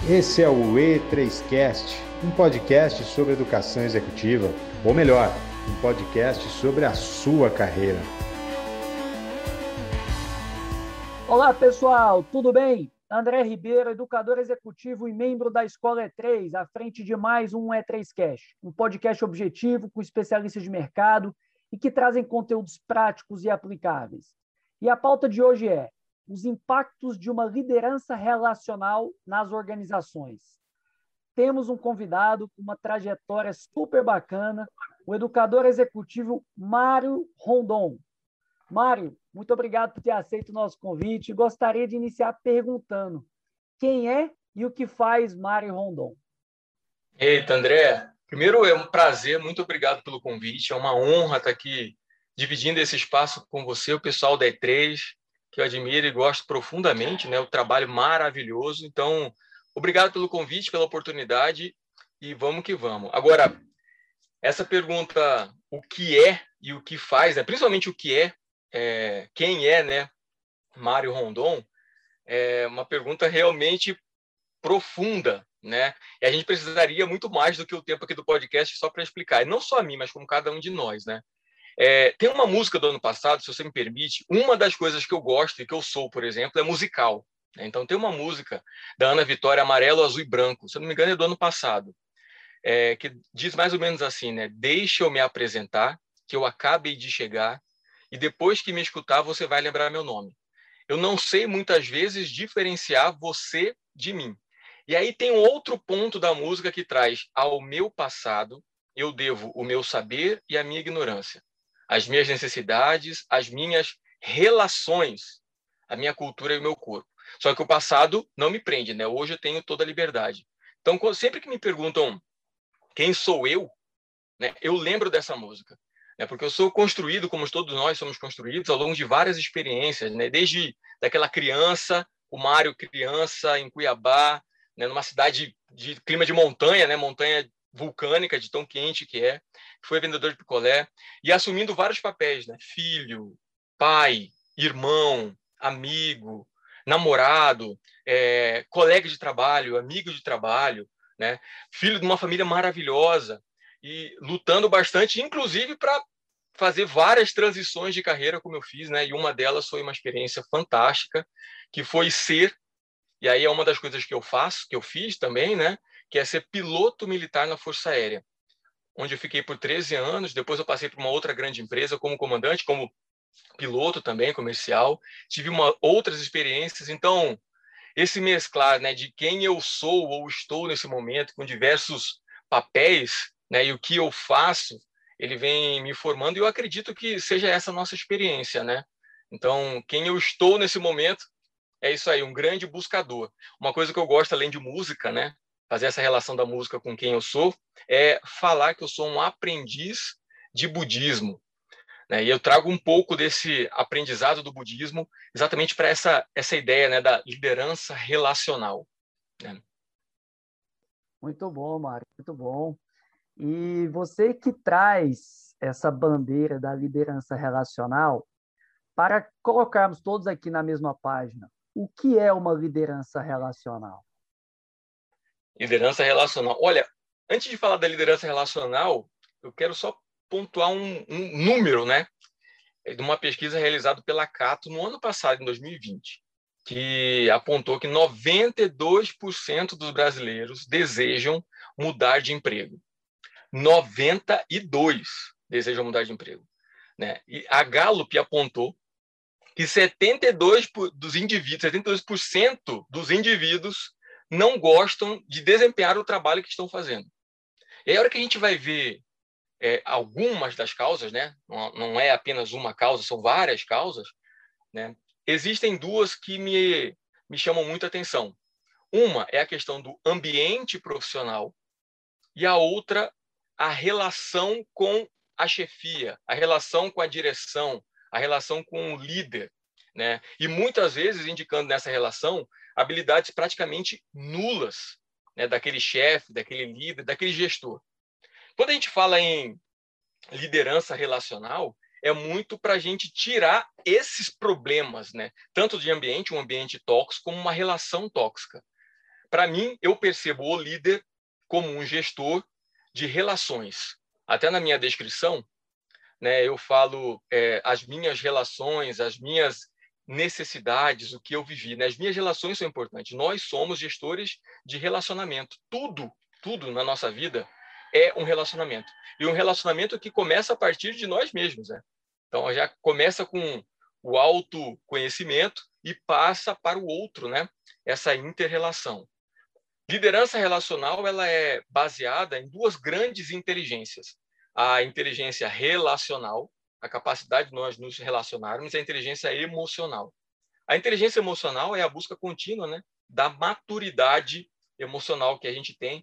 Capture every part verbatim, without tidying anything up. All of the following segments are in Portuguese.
Esse é o E três Cast, um podcast sobre educação executiva, ou melhor, um podcast sobre a sua carreira. Olá pessoal, tudo bem? André Ribeiro, educador executivo e membro da Escola E três, à frente de mais um E três Cast, um podcast objetivo com especialistas de mercado e que trazem conteúdos práticos e aplicáveis. E a pauta de hoje é os impactos de uma liderança relacional nas organizações. Temos um convidado com uma trajetória super bacana, o educador executivo Mário Rondon. Mário, muito obrigado por ter aceito o nosso convite. Gostaria de iniciar perguntando quem é e o que faz Mário Rondon. Eita, André. Primeiro, é um prazer, muito obrigado pelo convite. É uma honra estar aqui dividindo esse espaço com você, o pessoal da E três, que eu admiro e gosto profundamente, né? O trabalho maravilhoso. Então, obrigado pelo convite, pela oportunidade e vamos que vamos. Agora, essa pergunta, o que é e o que faz, né? Principalmente o que é, é quem é, né? Mário Rondon, é uma pergunta realmente profunda, né? E a gente precisaria muito mais do que o tempo aqui do podcast só para explicar. E não só a mim, mas como cada um de nós, né? É, tem uma música do ano passado, se você me permite, uma das coisas que eu gosto e que eu sou, por exemplo, é musical. Né? Então, tem uma música da Ana Vitória, Amarelo, Azul e Branco, se eu não me engano é do ano passado, é, que diz mais ou menos assim, né? Deixa eu me apresentar, que eu acabei de chegar, e depois que me escutar, você vai lembrar meu nome. Eu não sei, muitas vezes, diferenciar você de mim. E aí tem um outro ponto da música que traz: ao meu passado, eu devo o meu saber e a minha ignorância, as minhas necessidades, as minhas relações, a minha cultura e o meu corpo. Só que o passado não me prende, né? Hoje eu tenho toda a liberdade. Então, sempre que me perguntam quem sou eu, né, eu lembro dessa música, né? Porque eu sou construído, como todos nós somos construídos, ao longo de várias experiências, né? Desde daquela criança, o Mário criança, em Cuiabá, né? Numa cidade de clima de montanha, né? Montanha vulcânica, de tão quente que é, foi vendedor de picolé, e assumindo vários papéis, né? Filho, pai, irmão, amigo, namorado, é, colega de trabalho, amigo de trabalho, né? Filho de uma família maravilhosa, e lutando bastante, inclusive para fazer várias transições de carreira, como eu fiz, né? E uma delas foi uma experiência fantástica, que foi ser, e aí é uma das coisas que eu faço, que eu fiz também, né? Que é ser piloto militar na Força Aérea, onde eu fiquei por treze anos. Depois eu passei por uma outra grande empresa como comandante, como piloto também, comercial. Tive uma, outras experiências. Então, esse mesclar, né, de quem eu sou ou estou nesse momento, com diversos papéis, né, e o que eu faço, ele vem me formando, e eu acredito que seja essa a nossa experiência, né? Então, quem eu estou nesse momento é isso aí, um grande buscador. Uma coisa que eu gosto, além de música, né, fazer essa relação da música com quem eu sou, é falar que eu sou um aprendiz de budismo, né? E eu trago um pouco desse aprendizado do budismo exatamente para essa, essa ideia, né, da liderança relacional, né? Muito bom, Mário, muito bom. E você que traz essa bandeira da liderança relacional, para colocarmos todos aqui na mesma página, o que é uma liderança relacional? Liderança relacional. Olha, antes de falar da liderança relacional, eu quero só pontuar um, um número, né, de uma pesquisa realizada pela Cato no ano passado, em dois mil e vinte, que apontou que noventa e dois por cento dos brasileiros desejam mudar de emprego. noventa e dois por cento desejam mudar de emprego, né? E a Gallup apontou que setenta e dois por cento dos indivíduos, setenta e dois por cento dos indivíduos não gostam de desempenhar o trabalho que estão fazendo. E aí, a hora que a gente vai ver é, algumas das causas, né? Não, não é apenas uma causa, são várias causas, né? Existem duas que me, me chamam muita atenção. Uma é a questão do ambiente profissional e a outra, a relação com a chefia, a relação com a direção, a relação com o líder, né? E muitas vezes indicando nessa relação habilidades praticamente nulas, né, daquele chefe, daquele líder, daquele gestor. Quando a gente fala em liderança relacional, é muito para a gente tirar esses problemas, né? Tanto de ambiente, um ambiente tóxico, como uma relação tóxica. Para mim, eu percebo o líder como um gestor de relações. Até na minha descrição, né, eu falo é, as minhas relações, as minhas necessidades, o que eu vivi. Né? As minhas relações são importantes. Nós somos gestores de relacionamento. Tudo, tudo na nossa vida é um relacionamento. E um relacionamento que começa a partir de nós mesmos. Né? Então, já começa com o autoconhecimento e passa para o outro, né? Essa inter-relação. Liderança relacional ela é baseada em duas grandes inteligências. A inteligência relacional, a capacidade de nós nos relacionarmos, e a inteligência emocional. A inteligência emocional é a busca contínua, né, da maturidade emocional que a gente tem,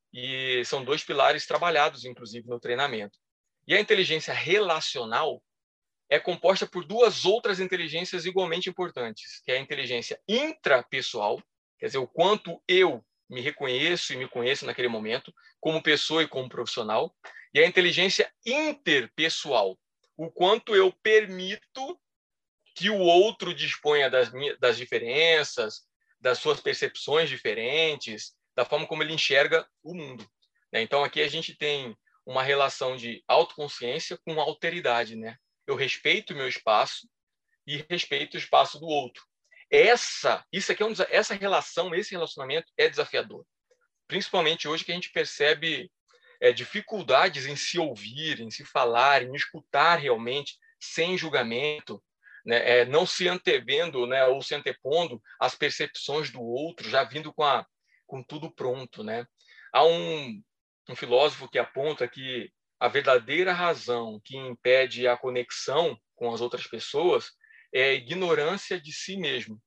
e são dois pilares trabalhados, inclusive, no treinamento. E a inteligência relacional é composta por duas outras inteligências igualmente importantes, que é a inteligência intrapessoal, quer dizer, o quanto eu me reconheço e me conheço naquele momento, como pessoa e como profissional, e a inteligência interpessoal, o quanto eu permito que o outro disponha das, minhas, das diferenças, das suas percepções diferentes, da forma como ele enxerga o mundo. Então, aqui a gente tem uma relação de autoconsciência com alteridade, né? Eu respeito o meu espaço e respeito o espaço do outro. Essa, isso aqui é um, essa relação, esse relacionamento é desafiador. Principalmente hoje que a gente percebe é, dificuldades em se ouvir, em se falar, em escutar realmente, sem julgamento, né? É, não se antevendo, né, ou se antepondo às percepções do outro, já vindo com, a, com tudo pronto. Né? Há um, um filósofo que aponta que a verdadeira razão que impede a conexão com as outras pessoas é a ignorância de si mesmo.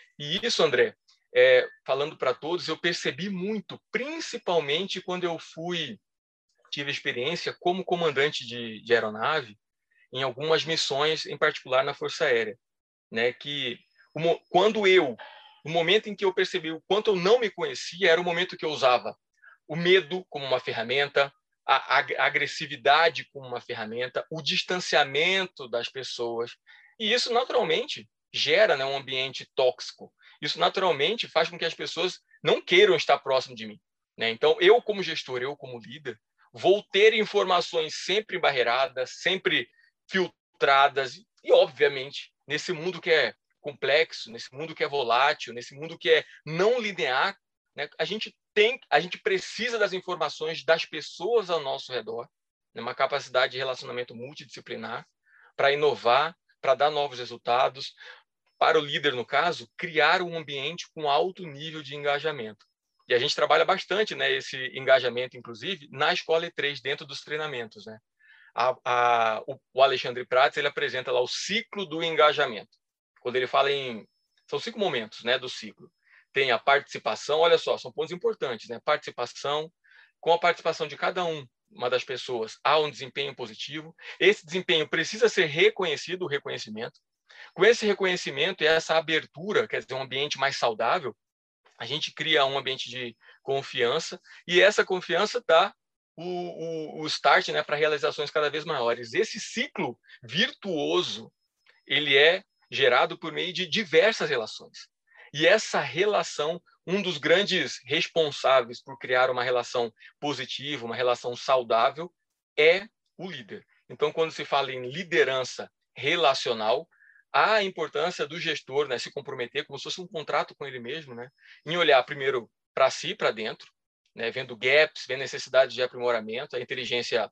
E isso, André, é, falando para todos, eu percebi muito, principalmente quando eu fui, tive experiência como comandante de, de aeronave em algumas missões, em particular na Força Aérea, né? Que o, quando eu, no momento em que eu percebi o quanto eu não me conhecia, era o momento que eu usava o medo como uma ferramenta, a, a agressividade como uma ferramenta, o distanciamento das pessoas. E isso, naturalmente, gera, né, um ambiente tóxico. Isso, naturalmente, faz com que as pessoas não queiram estar próximo de mim. Né? Então, eu, como gestor, eu, como líder, vou ter informações sempre embarreiradas, sempre filtradas. E, obviamente, nesse mundo que é complexo, nesse mundo que é volátil, nesse mundo que é não linear, né, a gente tem, a gente precisa das informações das pessoas ao nosso redor, né, uma capacidade de relacionamento multidisciplinar para inovar, para dar novos resultados, para o líder, no caso, criar um ambiente com alto nível de engajamento. E a gente trabalha bastante, né, esse engajamento, inclusive, na Escola E três, dentro dos treinamentos. Né? A, a, o, o Alexandre Prates, ele apresenta lá o ciclo do engajamento. Quando ele fala em... São cinco momentos, né, do ciclo. Tem a participação, olha só, são pontos importantes, né? Participação, com a participação de cada um, uma das pessoas, há um desempenho positivo. Esse desempenho precisa ser reconhecido, o reconhecimento. Com esse reconhecimento e essa abertura, quer dizer, um ambiente mais saudável, a gente cria um ambiente de confiança e essa confiança dá o, o, o start, né, para realizações cada vez maiores. Esse ciclo virtuoso, ele é gerado por meio de diversas relações. E essa relação, um dos grandes responsáveis por criar uma relação positiva, uma relação saudável, é o líder. Então, quando se fala em liderança relacional, há a importância do gestor, né, se comprometer como se fosse um contrato com ele mesmo, né, em olhar primeiro para si, para dentro, né, vendo gaps, vendo necessidades de aprimoramento, a inteligência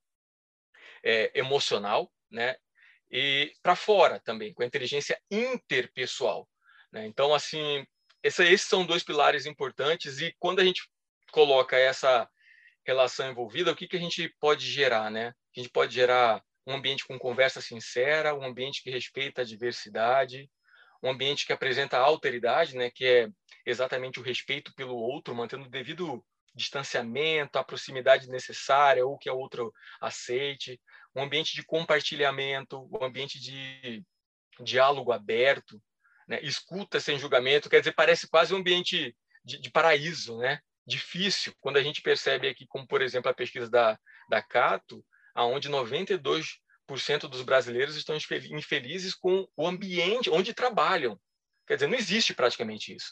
é, emocional, né, e para fora também, com a inteligência interpessoal. Né? Então, assim, essa, esses são dois pilares importantes e quando a gente coloca essa relação envolvida, o que, que a gente pode gerar? Né? A gente pode gerar um ambiente com conversa sincera, um ambiente que respeita a diversidade, um ambiente que apresenta a alteridade, né? Que é exatamente o respeito pelo outro, mantendo o devido distanciamento, a proximidade necessária ou que o outro aceite, um ambiente de compartilhamento, um ambiente de diálogo aberto, né? Escuta sem julgamento, quer dizer, parece quase um ambiente de, de paraíso, né? Difícil, quando a gente percebe aqui, como por exemplo a pesquisa da, da Cato, onde noventa e dois por cento dos brasileiros estão infelizes com o ambiente onde trabalham. Quer dizer, não existe praticamente isso. Né?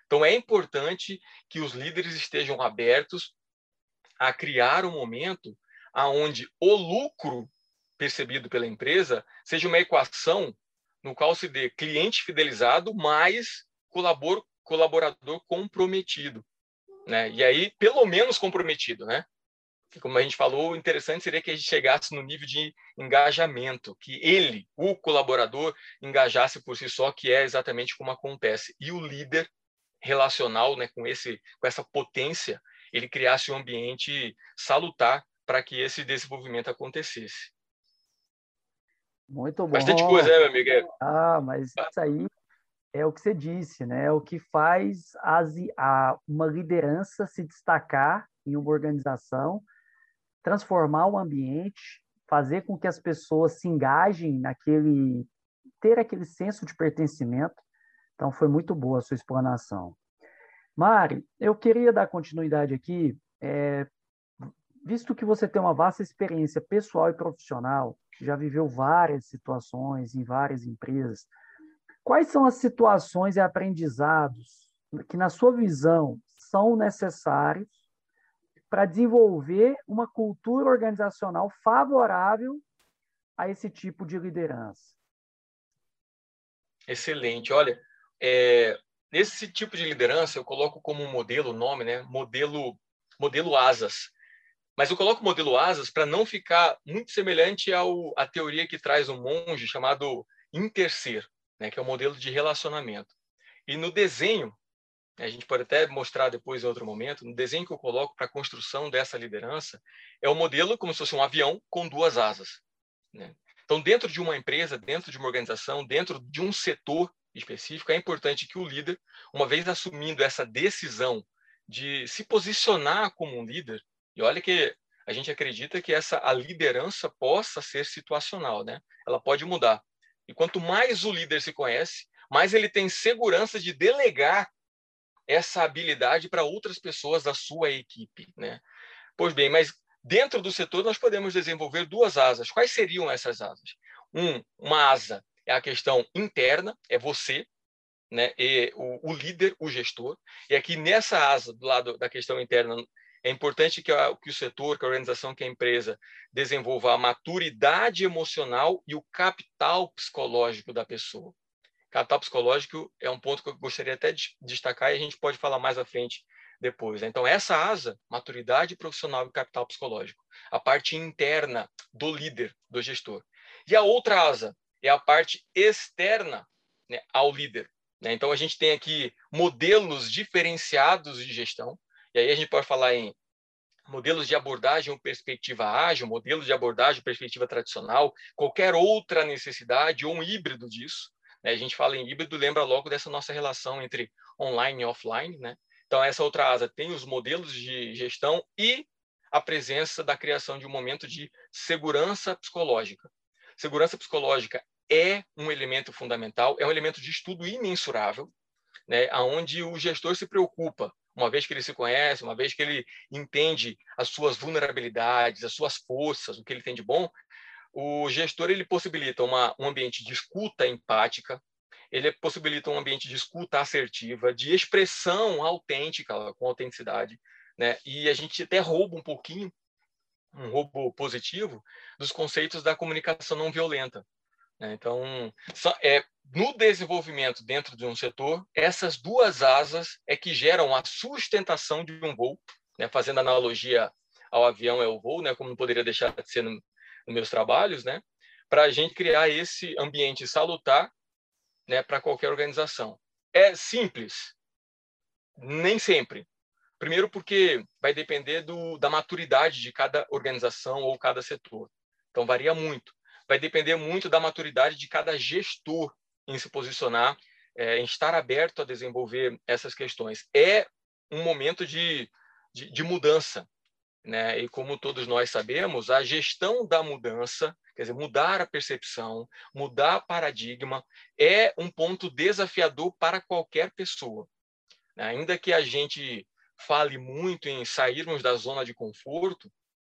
Então, é importante que os líderes estejam abertos a criar um momento onde o lucro percebido pela empresa seja uma equação no qual se dê cliente fidelizado mais colabor, colaborador comprometido, né? E aí, pelo menos comprometido, né? Como a gente falou, o interessante seria que a gente chegasse no nível de engajamento, que ele, o colaborador, engajasse por si só, que é exatamente como acontece. E o líder relacional, né, com, esse, com essa potência, ele criasse um ambiente salutar para que esse desenvolvimento acontecesse. Muito bom. Bastante coisa, né, meu amigo? Ah, mas isso aí é o que você disse, né? É o que faz as, a, uma liderança se destacar em uma organização, transformar o ambiente, fazer com que as pessoas se engajem naquele, ter aquele senso de pertencimento. Então, foi muito boa a sua explanação. Mari, eu queria dar continuidade aqui, é, visto que você tem uma vasta experiência pessoal e profissional, já viveu várias situações em várias empresas, quais são as situações e aprendizados que, na sua visão, são necessários para desenvolver uma cultura organizacional favorável a esse tipo de liderança? Excelente. Olha, é, nesse tipo de liderança, eu coloco como um modelo, o nome, né? Modelo, modelo Asas. Mas eu coloco o modelo Asas para não ficar muito semelhante ao, à teoria que traz um monge chamado Interser, né? Que é o modelo de relacionamento. E no desenho, a gente pode até mostrar depois em outro momento, no desenho que eu coloco para a construção dessa liderança, é o modelo como se fosse um avião com duas asas, né? Então, dentro de uma empresa, dentro de uma organização, dentro de um setor específico, é importante que o líder, uma vez assumindo essa decisão de se posicionar como um líder, e olha que a gente acredita que essa, a liderança possa ser situacional, né? Ela pode mudar. E quanto mais o líder se conhece, mais ele tem segurança de delegar essa habilidade para outras pessoas da sua equipe, né? Pois bem, mas dentro do setor nós podemos desenvolver duas asas. Quais seriam essas asas? Um, uma asa é a questão interna, é você, né? E o, o líder, o gestor. E aqui nessa asa do lado da questão interna é importante que, a, que o setor, que a organização, que a empresa desenvolva a maturidade emocional e o capital psicológico da pessoa. Capital psicológico é um ponto que eu gostaria até de destacar e a gente pode falar mais à frente depois. Então, essa asa, maturidade profissional e capital psicológico, a parte interna do líder, do gestor. E a outra asa é a parte externa, né, ao líder, né? Então, a gente tem aqui modelos diferenciados de gestão, e aí a gente pode falar em modelos de abordagem ou perspectiva ágil, modelos de abordagem ou perspectiva tradicional, qualquer outra necessidade ou um híbrido disso. A gente fala em híbrido, lembra logo dessa nossa relação entre online e offline, né? Então, essa outra asa tem os modelos de gestão e a presença da criação de um momento de segurança psicológica. Segurança psicológica é um elemento fundamental, é um elemento de estudo imensurável, né? Onde o gestor se preocupa, uma vez que ele se conhece, uma vez que ele entende as suas vulnerabilidades, as suas forças, o que ele tem de bom, o gestor ele possibilita uma, um ambiente de escuta empática, ele possibilita um ambiente de escuta assertiva, de expressão autêntica, com autenticidade, né? E a gente até rouba um pouquinho, um roubo positivo, dos conceitos da comunicação não violenta, né? Então, é, no desenvolvimento dentro de um setor, essas duas asas é que geram a sustentação de um voo, né? Fazendo analogia ao avião é o voo, né? Como não poderia deixar de ser no, nos meus trabalhos, né? Para a gente criar esse ambiente salutar, né, para qualquer organização. É simples? Nem sempre. Primeiro porque vai depender do, da maturidade de cada organização ou cada setor. Então, varia muito. Vai depender muito da maturidade de cada gestor em se posicionar, é, em estar aberto a desenvolver essas questões. É um momento de, de, de mudança, né? E como todos nós sabemos, a gestão da mudança, quer dizer, mudar a percepção, mudar paradigma, é um ponto desafiador para qualquer pessoa. Ainda que a gente fale muito em sairmos da zona de conforto,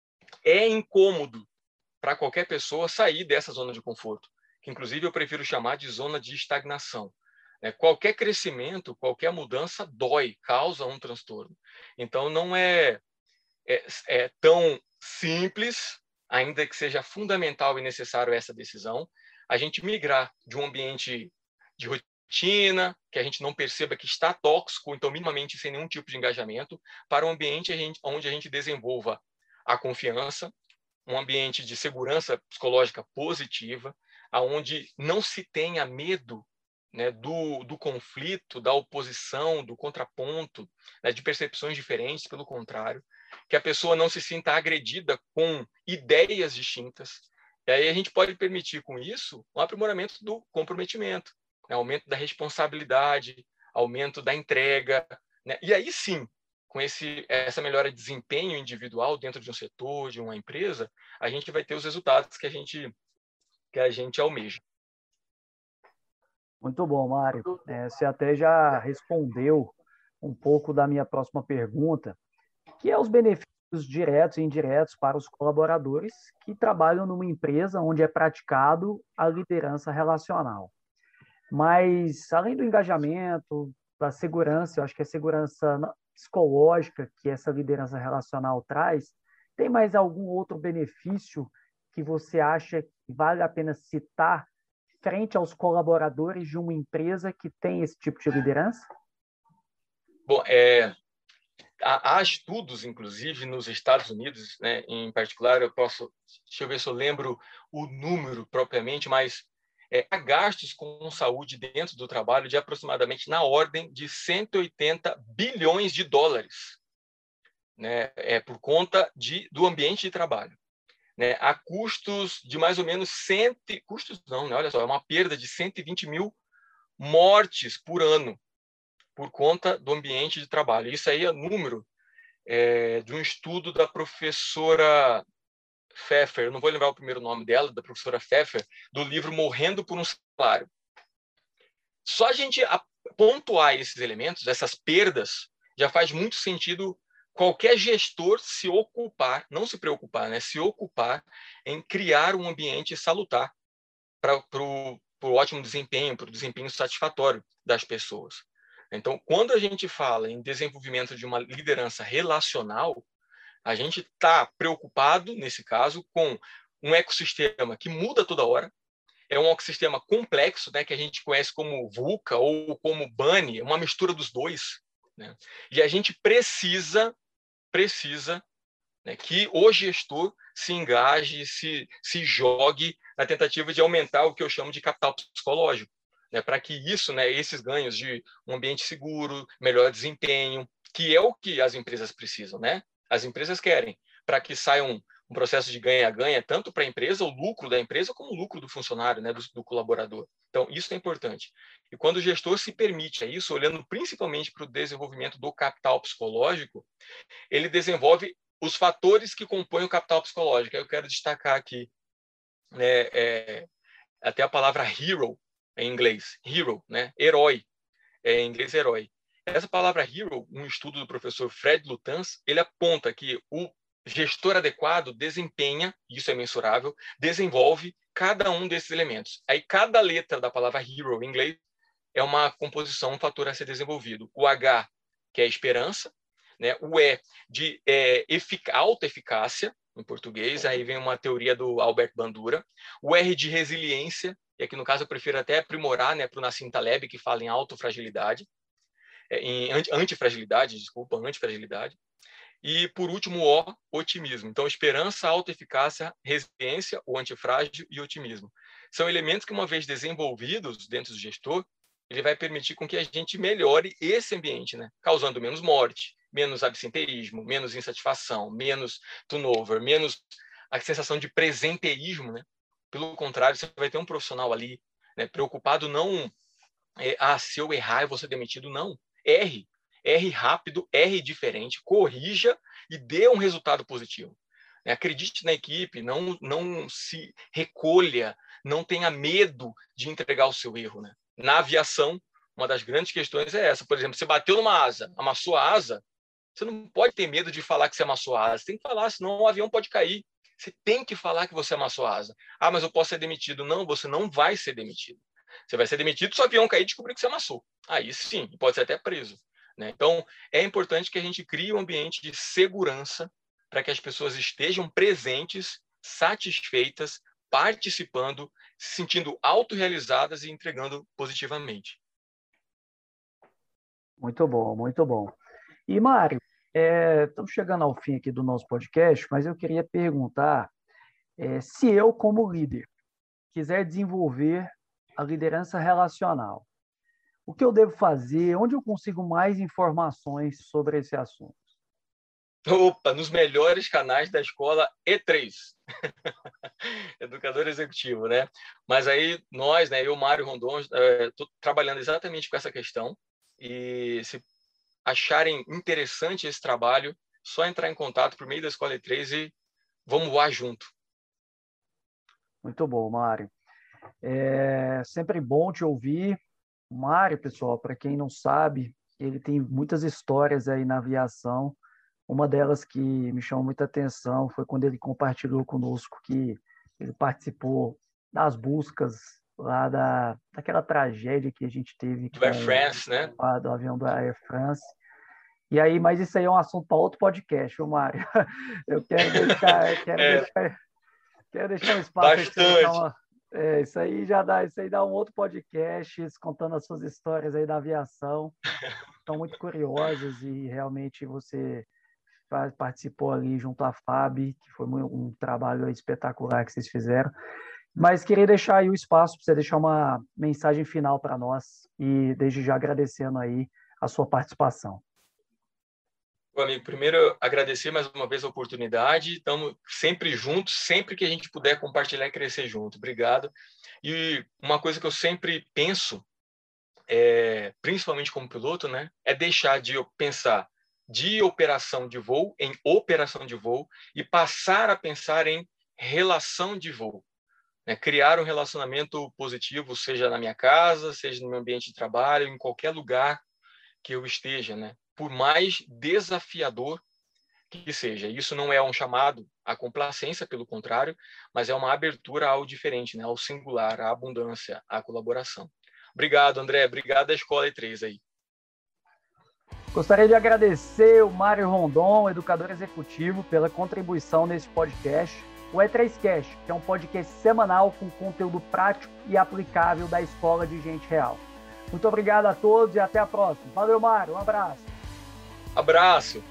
é incômodo para qualquer pessoa sair dessa zona de conforto, que inclusive eu prefiro chamar de zona de estagnação. né? Qualquer crescimento, qualquer mudança dói, causa um transtorno. Então, não é, é, é tão simples, ainda que seja fundamental e necessário essa decisão, a gente migrar de um ambiente de rotina, que a gente não perceba que está tóxico, então minimamente sem nenhum tipo de engajamento, para um ambiente onde a gente desenvolva a confiança, um ambiente de segurança psicológica positiva, aonde não se tenha medo, né, do, do conflito, da oposição, do contraponto, né, de percepções diferentes, pelo contrário, que a pessoa não se sinta agredida com ideias distintas. E aí a gente pode permitir com isso um aprimoramento do comprometimento, né, aumento da responsabilidade, aumento da entrega, né, e aí sim, com esse, essa melhora de desempenho individual dentro de um setor, de uma empresa, a gente vai ter os resultados que a gente, que a gente almeja. Muito bom, Mário. É, você até já respondeu um pouco da minha próxima pergunta, que é os benefícios diretos e indiretos para os colaboradores que trabalham numa empresa onde é praticado a liderança relacional. Mas, além do engajamento, da segurança, eu acho que a segurança psicológica que essa liderança relacional traz, tem mais algum outro benefício que você acha que vale a pena citar frente aos colaboradores de uma empresa que tem esse tipo de liderança? Bom, é, há, há estudos, inclusive, nos Estados Unidos, né, em particular, eu posso, deixa eu ver se eu lembro o número propriamente, mas é, há gastos com saúde dentro do trabalho de aproximadamente na ordem de cento e oitenta bilhões de dólares, né, é, por conta de, do ambiente de trabalho. Né, há custos de mais ou menos cem, custos não, né, olha só, é uma perda de cento e vinte mil mortes por ano por conta do ambiente de trabalho. Isso aí é número é, de um estudo da professora Pfeffer, eu não vou lembrar o primeiro nome dela, da professora Pfeffer, do livro Morrendo por um Salário. Só a gente pontuar esses elementos, essas perdas, já faz muito sentido qualquer gestor se ocupar, não se preocupar, né, se ocupar em criar um ambiente salutar para o ótimo desempenho, para o desempenho satisfatório das pessoas. Então, quando a gente fala em desenvolvimento de uma liderança relacional, a gente está preocupado, nesse caso, com um ecossistema que muda toda hora, é um ecossistema complexo, né, que a gente conhece como VUCA ou como BANI, uma mistura dos dois, né? E a gente precisa, precisa né, que o gestor se engaje, se, se jogue na tentativa de aumentar o que eu chamo de capital psicológico, né, para que isso, né, esses ganhos de um ambiente seguro, melhor desempenho, que é o que as empresas precisam, né? As empresas querem, para que saia um, um processo de ganha-ganha, tanto para a empresa, o lucro da empresa, como o lucro do funcionário, né, do, do colaborador. Então, isso é importante. E quando o gestor se permite isso, olhando principalmente para o desenvolvimento do capital psicológico, ele desenvolve os fatores que compõem o capital psicológico. Eu quero destacar aqui né, é, até a palavra hero, em inglês, hero, né, herói, é, em inglês herói. Essa palavra hero, um estudo do professor Fred Lutanz, ele aponta que o gestor adequado desempenha, isso é mensurável, desenvolve cada um desses elementos. Aí cada letra da palavra hero em inglês é uma composição, um fator a ser desenvolvido. O H, que é esperança, né? O E, de é, efic- alta eficácia, em português, aí vem uma teoria do Albert Bandura. O R de resiliência, e aqui no caso eu prefiro até aprimorar né, para o Nassim Taleb, que fala em autofragilidade, em antifragilidade, desculpa, antifragilidade. E, por último, O, otimismo. Então, esperança, autoeficácia, resiliência, o antifrágil e otimismo. São elementos que, uma vez desenvolvidos dentro do gestor, ele vai permitir com que a gente melhore esse ambiente, né? Causando menos morte, menos absenteísmo, menos insatisfação, menos turnover, menos a sensação de presenteísmo, né? Pelo contrário, você vai ter um profissional ali né, preocupado não é, ah, se eu errar eu vou ser demitido, não. Erre, erre rápido, erre diferente, corrija e dê um resultado positivo. Acredite na equipe, não, não se recolha, não tenha medo de entregar o seu erro. Né? Na aviação, uma das grandes questões é essa. Por exemplo, você bateu numa asa, amassou a asa, você não pode ter medo de falar que você amassou a asa. Você tem que falar, senão o avião pode cair. Você tem que falar que você amassou a asa. Ah, mas eu posso ser demitido. Não, você não vai ser demitido. Você vai ser demitido se o avião cair e descobrir que você amassou. Aí sim, pode ser até preso. Né? Então, é importante que a gente crie um ambiente de segurança para que as pessoas estejam presentes, satisfeitas, participando, se sentindo autorrealizadas e entregando positivamente. Muito bom, muito bom. E, Mário, é, estamos chegando ao fim aqui do nosso podcast, mas eu queria perguntar é, se eu, como líder, quiser desenvolver a liderança relacional, o que eu devo fazer? Onde eu consigo mais informações sobre esse assunto? Opa, nos melhores canais da escola E três. Educador executivo, né? Mas aí nós, né, eu, Mário Rondon, estou trabalhando exatamente com essa questão. E se acharem interessante esse trabalho, só entrar em contato por meio da escola E três e vamos voar junto. Muito bom, Mário. É sempre bom te ouvir. O Mário, pessoal, para quem não sabe, ele tem muitas histórias aí na aviação. Uma delas que me chamou muita atenção foi quando ele compartilhou conosco que ele participou das buscas lá da, daquela tragédia que a gente teve do Air France, né? Do avião da Air France. E aí, mas isso aí é um assunto para outro podcast, viu, Mário? Eu quero deixar, quero é. deixar, quero deixar um espaço. Bastante. Uma, é, isso aí já dá, isso aí dá um outro podcast contando as suas histórias aí da aviação. Estão muito curiosas e realmente você participou ali junto à F A B, que foi um trabalho espetacular que vocês fizeram. Mas queria deixar aí o espaço para você deixar uma mensagem final para nós e desde já agradecendo aí a sua participação. Meu amigo, primeiro agradecer mais uma vez a oportunidade. Estamos sempre juntos, sempre que a gente puder compartilhar e crescer junto. Obrigado. E uma coisa que eu sempre penso, é, principalmente como piloto, né, é deixar de pensar de operação de voo em operação de voo e passar a pensar em relação de voo. Né? Criar um relacionamento positivo, seja na minha casa, seja no meu ambiente de trabalho, em qualquer lugar que eu esteja, né? Por mais desafiador que seja. Isso não é um chamado à complacência, pelo contrário, mas é uma abertura ao diferente, né? Ao singular, à abundância, à colaboração. Obrigado, André. Obrigado à Escola E três aí. Gostaria de agradecer o Mário Rondon, educador executivo, pela contribuição nesse podcast. O E três Cast, que é um podcast semanal com conteúdo prático e aplicável da Escola de Gente Real. Muito obrigado a todos e até a próxima. Valeu, Mário. Um abraço. Abraço.